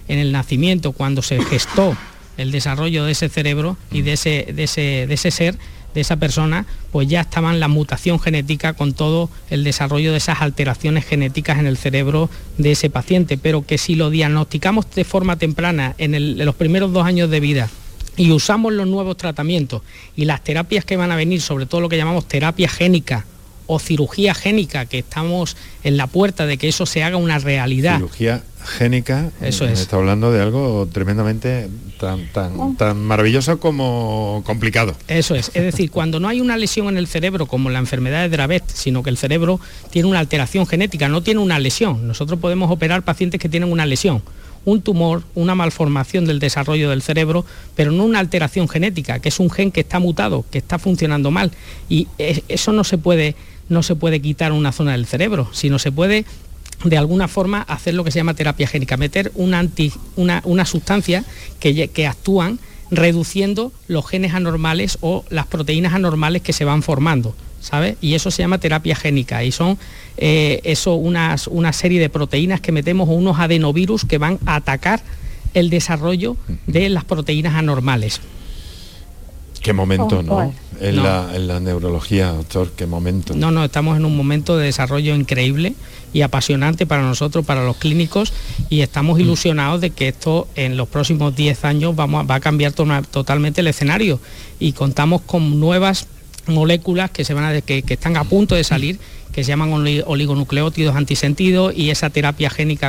en el nacimiento, cuando se gestó el desarrollo de ese cerebro y de ese ser, de esa persona, pues ya estaban la mutación genética con todo el desarrollo de esas alteraciones genéticas en el cerebro de ese paciente, pero que si lo diagnosticamos de forma temprana en los primeros 2 años de vida y usamos los nuevos tratamientos y las terapias que van a venir, sobre todo lo que llamamos terapia génica o cirugía génica, que estamos en la puerta de que eso se haga una realidad. Cirugía génica, eso es. Está hablando de algo tremendamente tan maravilloso como complicado. Eso es decir, cuando no hay una lesión en el cerebro como la enfermedad de Dravet, sino que el cerebro tiene una alteración genética, no tiene una lesión. Nosotros podemos operar pacientes que tienen una lesión, un tumor, una malformación del desarrollo del cerebro, pero no una alteración genética, que es un gen que está mutado, que está funcionando mal, y eso no se puede quitar una zona del cerebro, sino se puede de alguna forma hacer lo que se llama terapia génica, meter una sustancia que actúan reduciendo los genes anormales o las proteínas anormales que se van formando, ¿sabes? Y eso se llama terapia génica, y son una serie de proteínas que metemos, o unos adenovirus que van a atacar el desarrollo de las proteínas anormales. Qué momento, ¿no? En la neurología, doctor, qué momento. No, estamos en un momento de desarrollo increíble y apasionante para nosotros, para los clínicos, y estamos ilusionados de que esto en los próximos 10 años va a cambiar totalmente el escenario, y contamos con nuevas moléculas que están a punto de salir, que se llaman oligonucleótidos antisentidos, y esa terapia génica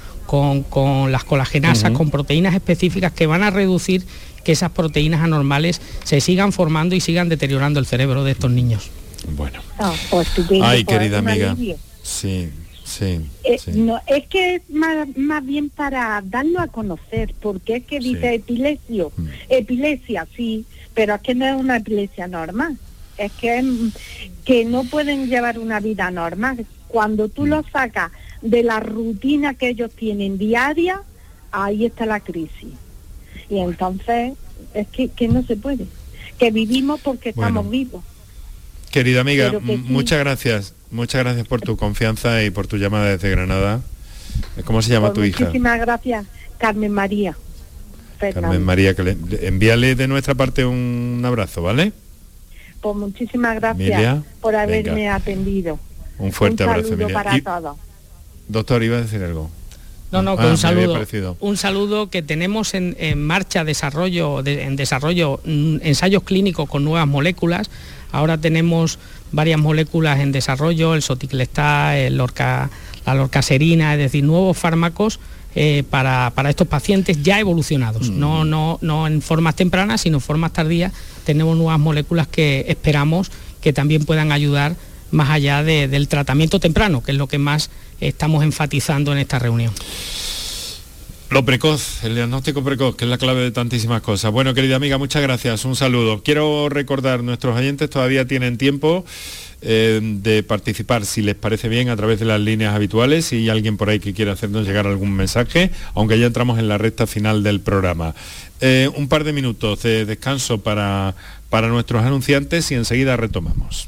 con las colagenasas, con proteínas específicas que van a reducir que esas proteínas anormales se sigan formando y sigan deteriorando el cerebro de estos niños. Bueno. Ay, querida amiga. Sí. No, es que es más bien para darlo a conocer, porque es que dice epilepsia, sí, pero es que no es una epilepsia normal, es que no pueden llevar una vida normal. Cuando tú los sacas de la rutina que ellos tienen diaria, ahí está la crisis. Y entonces es que no se puede, que vivimos porque estamos vivos. Querida amiga, muchas gracias por tu confianza y por tu llamada desde Granada. ¿Cómo se llama tu hija? Muchísimas gracias, Carmen María. Carmen María, que envíale de nuestra parte un abrazo, ¿vale? Pues muchísimas gracias, Emilia, por haberme atendido. Un fuerte abrazo, Emilia. Para y, todos. Doctor, ¿iba a decir algo? No, con un saludo que tenemos en marcha, en desarrollo ensayos clínicos con nuevas moléculas. Ahora tenemos varias moléculas en desarrollo, el soticlestat, la lorcaserina, es decir, nuevos fármacos para estos pacientes ya evolucionados, no en formas tempranas, sino en formas tardías. Tenemos nuevas moléculas que esperamos que también puedan ayudar más allá del tratamiento temprano, que es lo que más estamos enfatizando en esta reunión. Lo precoz, el diagnóstico precoz, que es la clave de tantísimas cosas. Bueno, querida amiga, muchas gracias, un saludo. Quiero recordar, nuestros oyentes todavía tienen tiempo de participar, si les parece bien, a través de las líneas habituales, si hay alguien por ahí que quiera hacernos llegar algún mensaje, aunque ya entramos en la recta final del programa. Un par de minutos de descanso para nuestros anunciantes y enseguida retomamos.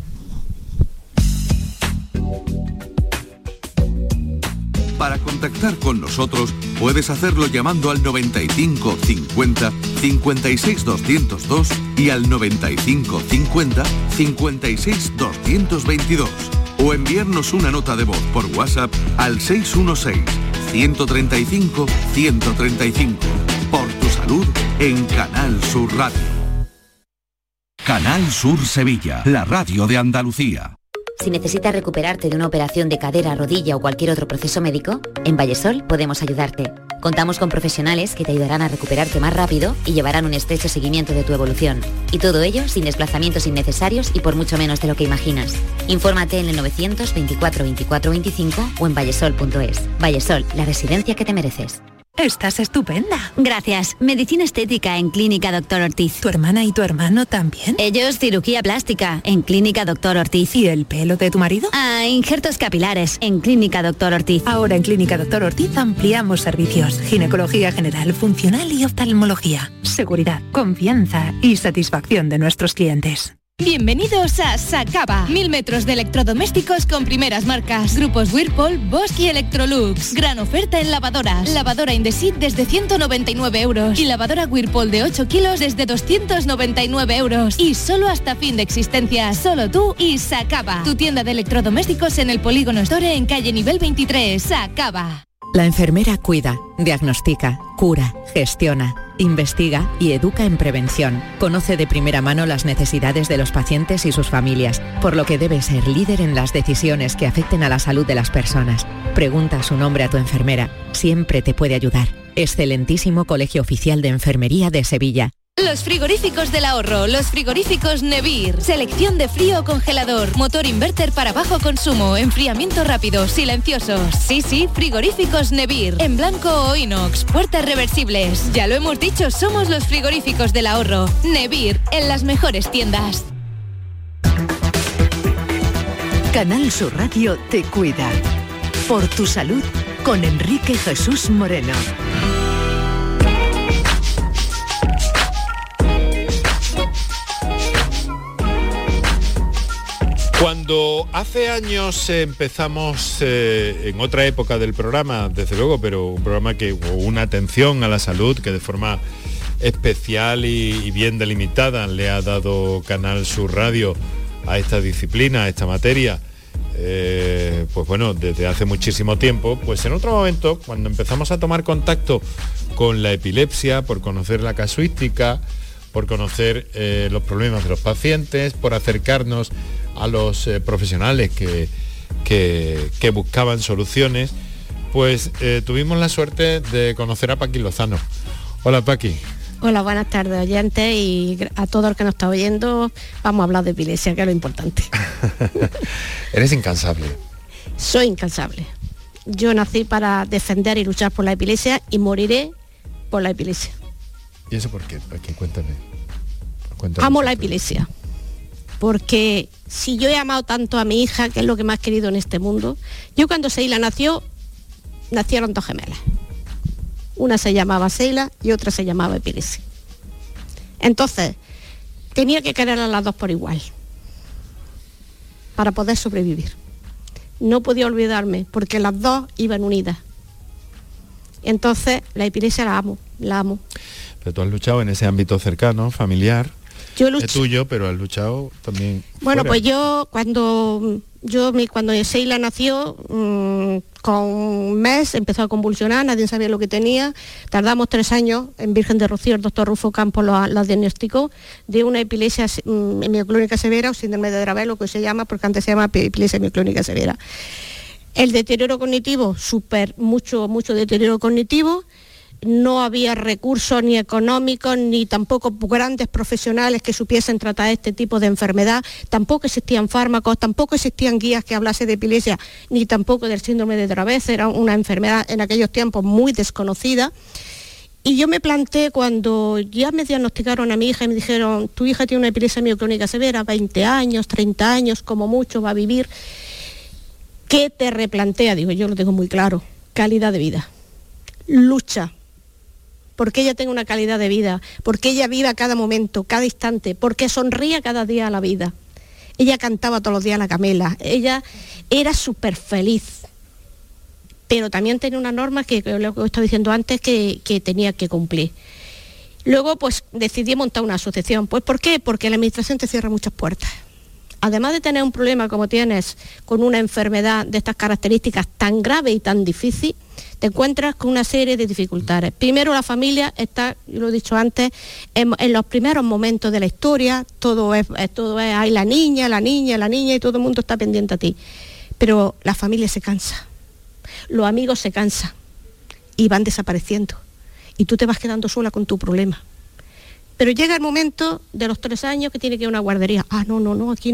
Para contactar con nosotros puedes hacerlo llamando al 95 50 56 202 y al 95 50 56 222 o enviarnos una nota de voz por WhatsApp al 616 135 135. Por tu salud en Canal Sur Radio. Canal Sur Sevilla, la radio de Andalucía. Si necesitas recuperarte de una operación de cadera, rodilla o cualquier otro proceso médico, en Vallesol podemos ayudarte. Contamos con profesionales que te ayudarán a recuperarte más rápido y llevarán un estrecho seguimiento de tu evolución. Y todo ello sin desplazamientos innecesarios y por mucho menos de lo que imaginas. Infórmate en el 924 24 25 o en vallesol.es. Vallesol, la residencia que te mereces. Estás estupenda. Gracias. Medicina estética en Clínica Doctor Ortiz. ¿Tu hermana y tu hermano también? Ellos cirugía plástica en Clínica Doctor Ortiz. ¿Y el pelo de tu marido? Injertos capilares en Clínica Doctor Ortiz. Ahora en Clínica Doctor Ortiz ampliamos servicios. Ginecología general, funcional y oftalmología. Seguridad, confianza y satisfacción de nuestros clientes. Bienvenidos a Sacaba. 1000 metros de electrodomésticos con primeras marcas. Grupos Whirlpool, Bosch y Electrolux. Gran oferta en lavadoras. Lavadora Indesit desde 199 euros. Y lavadora Whirlpool de 8 kilos desde 299 euros. Y solo hasta fin de existencia. Solo tú y Sacaba. Tu tienda de electrodomésticos en el Polígono Store en calle nivel 23. Sacaba. La enfermera cuida, diagnostica, cura, gestiona, investiga y educa en prevención. Conoce de primera mano las necesidades de los pacientes y sus familias, por lo que debe ser líder en las decisiones que afecten a la salud de las personas. Pregunta su nombre a tu enfermera, siempre te puede ayudar. Excelentísimo Colegio Oficial de Enfermería de Sevilla. Los frigoríficos del ahorro, los frigoríficos Nevir. Selección de frío o congelador, motor inverter para bajo consumo, enfriamiento rápido, silenciosos. Sí, frigoríficos Nevir. En blanco o inox, puertas reversibles. Ya lo hemos dicho, somos los frigoríficos del ahorro. Nevir, en las mejores tiendas. Canal Sur Radio te cuida. Por tu salud, con Enrique Jesús Moreno. Cuando hace años empezamos en otra época del programa, desde luego, pero un programa que hubo una atención a la salud que de forma especial y bien delimitada le ha dado Canal Sur Radio a esta disciplina, a esta materia, pues bueno, desde hace muchísimo tiempo, pues en otro momento, cuando empezamos a tomar contacto con la epilepsia, por conocer la casuística, por conocer los problemas de los pacientes, por acercarnos a los profesionales que buscaban soluciones, pues tuvimos la suerte de conocer a Paqui Lozano. Hola, Paqui. Hola, buenas tardes, oyentes, y a todos los que nos está oyendo. Vamos a hablar de epilepsia, que es lo importante. Eres incansable. Soy incansable. Yo nací para defender y luchar por la epilepsia y moriré por la epilepsia. ¿Y eso por qué, Paqui? Cuéntame. Amo la epilepsia. Porque si yo he amado tanto a mi hija, que es lo que más he querido en este mundo, yo cuando Seila nació, nacieron dos gemelas. Una se llamaba Seila y otra se llamaba epilepsia. Entonces, tenía que querer a las dos por igual, para poder sobrevivir. No podía olvidarme, porque las dos iban unidas. Entonces, la epilepsia la amo. Pero tú has luchado en ese ámbito cercano, familiar. Yo luché. Es tuyo, pero has luchado también. Bueno, fuera. pues yo cuando Seila nació, con un mes empezó a convulsionar, nadie sabía lo que tenía. Tardamos 3 años en Virgen de Rocío, el doctor Rufo Campos lo diagnosticó de una epilepsia mioclónica severa o síndrome de Dravet, lo que se llama, porque antes se llama epilepsia mioclónica severa. El deterioro cognitivo, mucho deterioro cognitivo. No había recursos ni económicos, ni tampoco grandes profesionales que supiesen tratar este tipo de enfermedad. Tampoco existían fármacos, tampoco existían guías que hablase de epilepsia, ni tampoco del síndrome de Dravet. Era una enfermedad en aquellos tiempos muy desconocida. Y yo me planteé, cuando ya me diagnosticaron a mi hija y me dijeron, tu hija tiene una epilepsia mioclónica severa, 20 años, 30 años, como mucho va a vivir, ¿qué te replantea? Digo, yo lo tengo muy claro, calidad de vida. Lucha, porque ella tenga una calidad de vida, porque ella viva cada momento, cada instante, porque sonría cada día a la vida. Ella cantaba todos los días la camela, ella era súper feliz, pero también tenía una norma que lo que estaba diciendo antes, que tenía que cumplir. Luego pues decidí montar una asociación. Pues ¿por qué? Porque la administración te cierra muchas puertas. Además de tener un problema como tienes con una enfermedad de estas características tan grave y tan difícil, te encuentras con una serie de dificultades. Primero, la familia está, yo lo he dicho antes, en los primeros momentos de la historia, todo es hay la niña, y todo el mundo está pendiente a ti. Pero la familia se cansa, los amigos se cansan y van desapareciendo. Y tú te vas quedando sola con tu problema. Pero llega el momento de los 3 años que tiene que ir a una guardería. No, aquí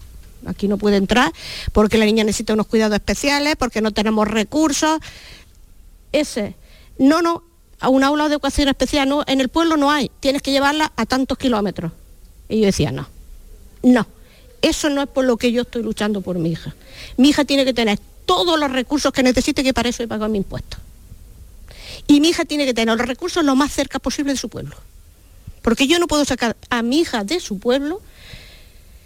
no puede entrar, porque la niña necesita unos cuidados especiales, porque no tenemos recursos. A un aula de educación especial, no, en el pueblo no hay, tienes que llevarla a tantos kilómetros. Y yo decía, no, eso no es por lo que yo estoy luchando por mi hija. Mi hija tiene que tener todos los recursos que necesite, que para eso he pagado mi impuesto. Y mi hija tiene que tener los recursos lo más cerca posible de su pueblo. Porque yo no puedo sacar a mi hija de su pueblo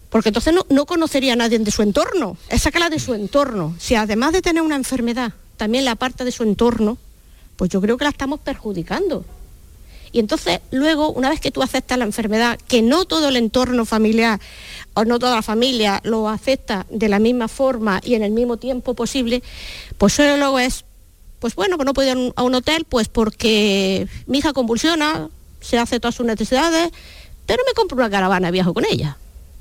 Porque entonces no conocería a nadie de su entorno, es sacarla de su entorno. Si además de tener una enfermedad, también la parte de su entorno, pues yo creo que la estamos perjudicando. Y entonces luego, una vez que tú aceptas la enfermedad, que no todo el entorno familiar o no toda la familia lo acepta de la misma forma y en el mismo tiempo posible, pues solo luego es, pues bueno, pues no puedo ir a un hotel, pues porque mi hija convulsiona, se hace todas sus necesidades, pero me compro una caravana y viajo con ella.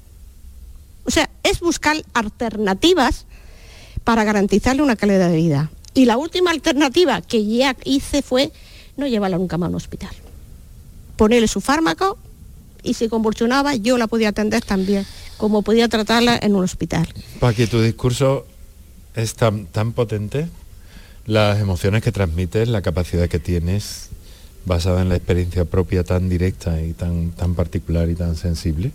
O sea, es buscar alternativas para garantizarle una calidad de vida. Y la última alternativa que ya hice fue no llevarla nunca más a un hospital. Ponerle su fármaco y si convulsionaba yo la podía atender también, como podía tratarla en un hospital. Paqui, tu discurso es tan potente, las emociones que transmites, la capacidad que tienes, basada en la experiencia propia tan directa y tan particular y tan sensible.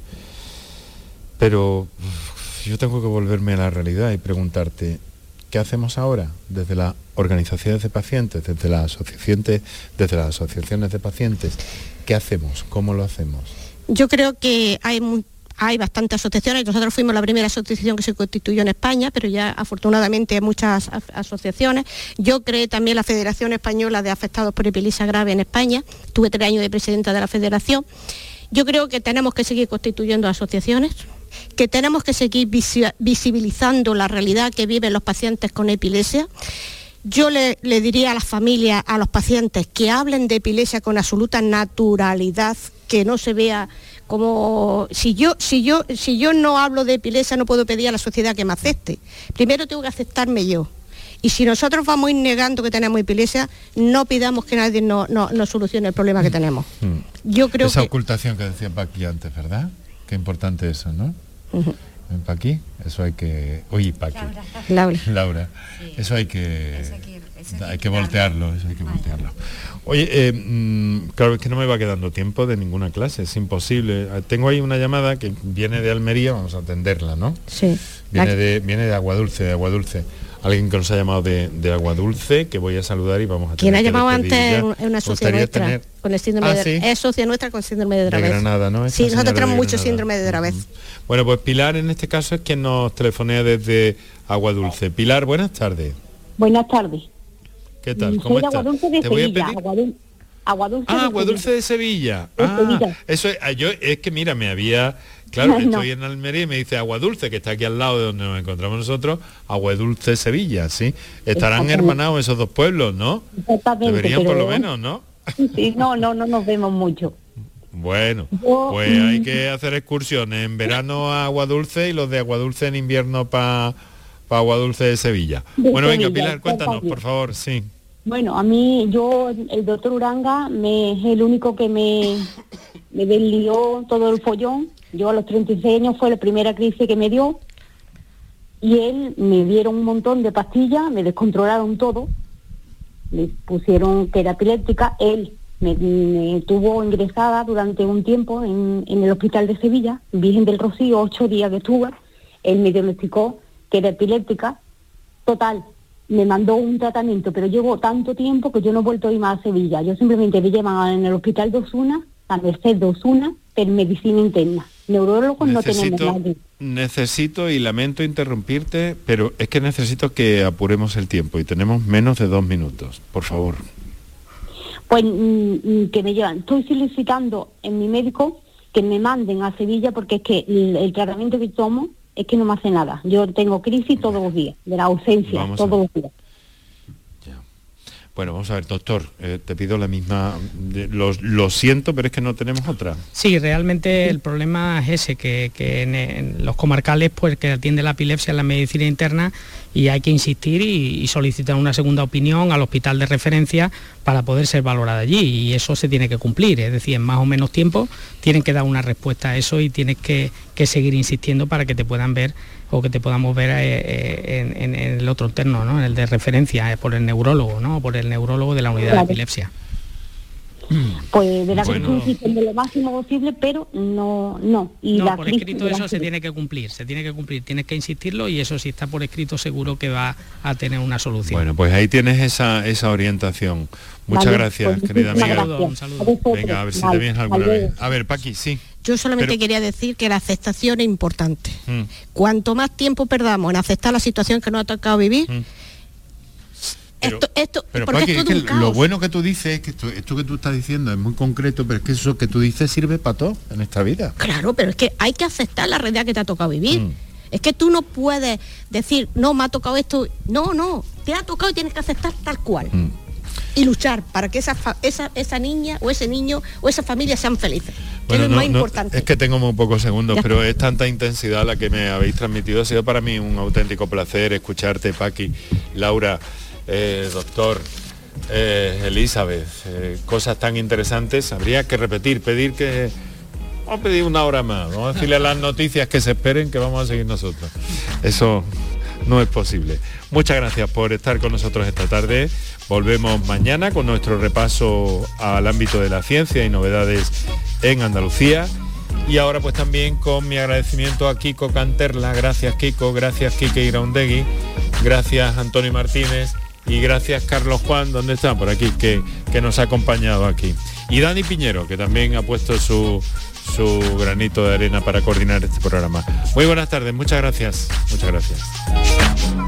Pero yo tengo que volverme a la realidad y preguntarte, ¿qué hacemos ahora desde las organizaciones de pacientes, desde las asociaciones de pacientes? ¿Qué hacemos? ¿Cómo lo hacemos? Yo creo que hay bastantes asociaciones. Nosotros fuimos la primera asociación que se constituyó en España, pero ya afortunadamente hay muchas asociaciones. Yo creé también la Federación Española de Afectados por Epilepsia Grave en España. Tuve 3 años de presidenta de la federación. Yo creo que tenemos que seguir constituyendo asociaciones, que tenemos que seguir visibilizando la realidad que viven los pacientes con epilepsia. Yo le diría a las familias, a los pacientes, que hablen de epilepsia con absoluta naturalidad, que no se vea como... Si yo no hablo de epilepsia, no puedo pedir a la sociedad que me acepte. Primero tengo que aceptarme yo. Y si nosotros vamos a ir negando que tenemos epilepsia, no pidamos que nadie nos solucione el problema que tenemos. Yo creo esa ocultación que decía Paqui antes, ¿verdad? Qué importante eso, ¿no? Paqui, eso hay que... Oye, Paqui. Laura. Sí. Eso hay que voltearlo, eso hay que voltearlo. Oye, claro, es que no me va quedando tiempo de ninguna clase, es imposible. Tengo ahí una llamada que viene de Almería, vamos a atenderla, ¿no? Sí. Viene de Aguadulce, Alguien que nos ha llamado de Aguadulce, que voy a saludar y vamos a tener. ¿Quién ha llamado antes? Una socia nuestra con el síndrome de... ¿Sí? Es socia nuestra con síndrome de Dravet. De Granada, ¿no? Sí, nosotros tenemos mucho síndrome de Dravet. Bueno, pues Pilar en este caso es quien nos telefonea desde Aguadulce. Pilar, buenas tardes. Buenas tardes. ¿Qué tal? ¿Cómo estás? Aguadulce de Sevilla. Aguadulce de Sevilla. Eso es que mira, me había... Claro, que estoy en Almería y me dice Aguadulce, que está aquí al lado de donde nos encontramos nosotros, Aguadulce, Sevilla, ¿sí? Estarán hermanados esos dos pueblos, ¿no? Exactamente. Deberían por lo menos, ¿no? Sí, no nos vemos mucho. Bueno, pues hay que hacer excursiones en verano a Aguadulce y los de Aguadulce en invierno para Aguadulce de Sevilla. Bueno, venga, Pilar, cuéntanos, por favor, sí. Bueno, a mí, el doctor Uranga es el único que me deslió todo el follón. Yo a los 36 años fue la primera crisis que me dio y él me dieron un montón de pastillas, me descontrolaron todo, me pusieron que era epiléptica. Él me tuvo ingresada durante un tiempo en el hospital de Sevilla, Virgen del Rocío, 8 días que estuve. Él me diagnosticó que era epiléptica. Total, me mandó un tratamiento, pero llevo tanto tiempo que yo no he vuelto a ir más a Sevilla. Yo simplemente me llevan en el hospital de Osuna, la Merced de Osuna, pero medicina interna. Neurólogos no tenemos nadie. Necesito, y lamento interrumpirte, pero es que necesito que apuremos el tiempo y tenemos menos de 2 minutos, por favor. Pues que me llevan. Estoy solicitando en mi médico que me manden a Sevilla porque es que el tratamiento que tomo es que no me hace nada. Yo tengo crisis todos los días, de la ausencia, todos los días. Bueno, vamos a ver, doctor, te pido la misma, lo siento, pero es que no tenemos otra. Sí, realmente el problema es ese, que en los comarcales, pues que atiende la epilepsia en la medicina interna y hay que insistir y solicitar una segunda opinión al hospital de referencia para poder ser valorada allí, y eso se tiene que cumplir, es decir, en más o menos tiempo tienen que dar una respuesta a eso y tienes que seguir insistiendo para que te puedan ver o que te podamos ver en el otro terno, ¿no? En el de referencia, por el neurólogo, ¿no? Por el neurólogo de la unidad de epilepsia. Pues verá que estoy insistiendo lo máximo posible, pero no. Y no, por escrito eso se tiene que cumplir, tienes que insistirlo y eso si está por escrito seguro que va a tener una solución. Bueno, pues ahí tienes esa orientación. Muchas gracias, querida amiga. Un saludo. Venga, a ver si te vienes alguna vez. A ver, Paqui, sí. Yo solamente quería decir que la aceptación es importante. Cuanto más tiempo perdamos en aceptar la situación que nos ha tocado vivir, Pero porque Paqui, es es todo que un caos. lo bueno que tú dices es que esto que tú estás diciendo es muy concreto, pero es que eso que tú dices sirve para todo en esta vida. Claro, pero es que hay que aceptar la realidad que te ha tocado vivir. Es que tú no puedes decir, no, me ha tocado esto. No, te ha tocado y tienes que aceptar tal cual. Y luchar para que esa niña o ese niño o esa familia sean felices. Bueno, es lo más importante. Es que tengo muy pocos segundos, Ya pero está. es tanta intensidad la que me habéis transmitido. Ha sido para mí un auténtico placer escucharte, Paqui, Laura, doctor, Elizabeth. Cosas tan interesantes. Habría que pedir que... Vamos a pedir una hora más. Vamos a decirle a las noticias que se esperen, que vamos a seguir nosotros. Eso no es posible. Muchas gracias por estar con nosotros esta tarde. Volvemos mañana con nuestro repaso al ámbito de la ciencia y novedades en Andalucía. Y ahora pues también con mi agradecimiento a Kiko Canterla. Gracias Kiko, gracias Quique Iraundegui, gracias Antonio Martínez y gracias Carlos Juan, ¿dónde está? Por aquí, que nos ha acompañado aquí. Y Dani Piñero, que también ha puesto su granito de arena para coordinar este programa. Muy buenas tardes, muchas gracias. Muchas gracias.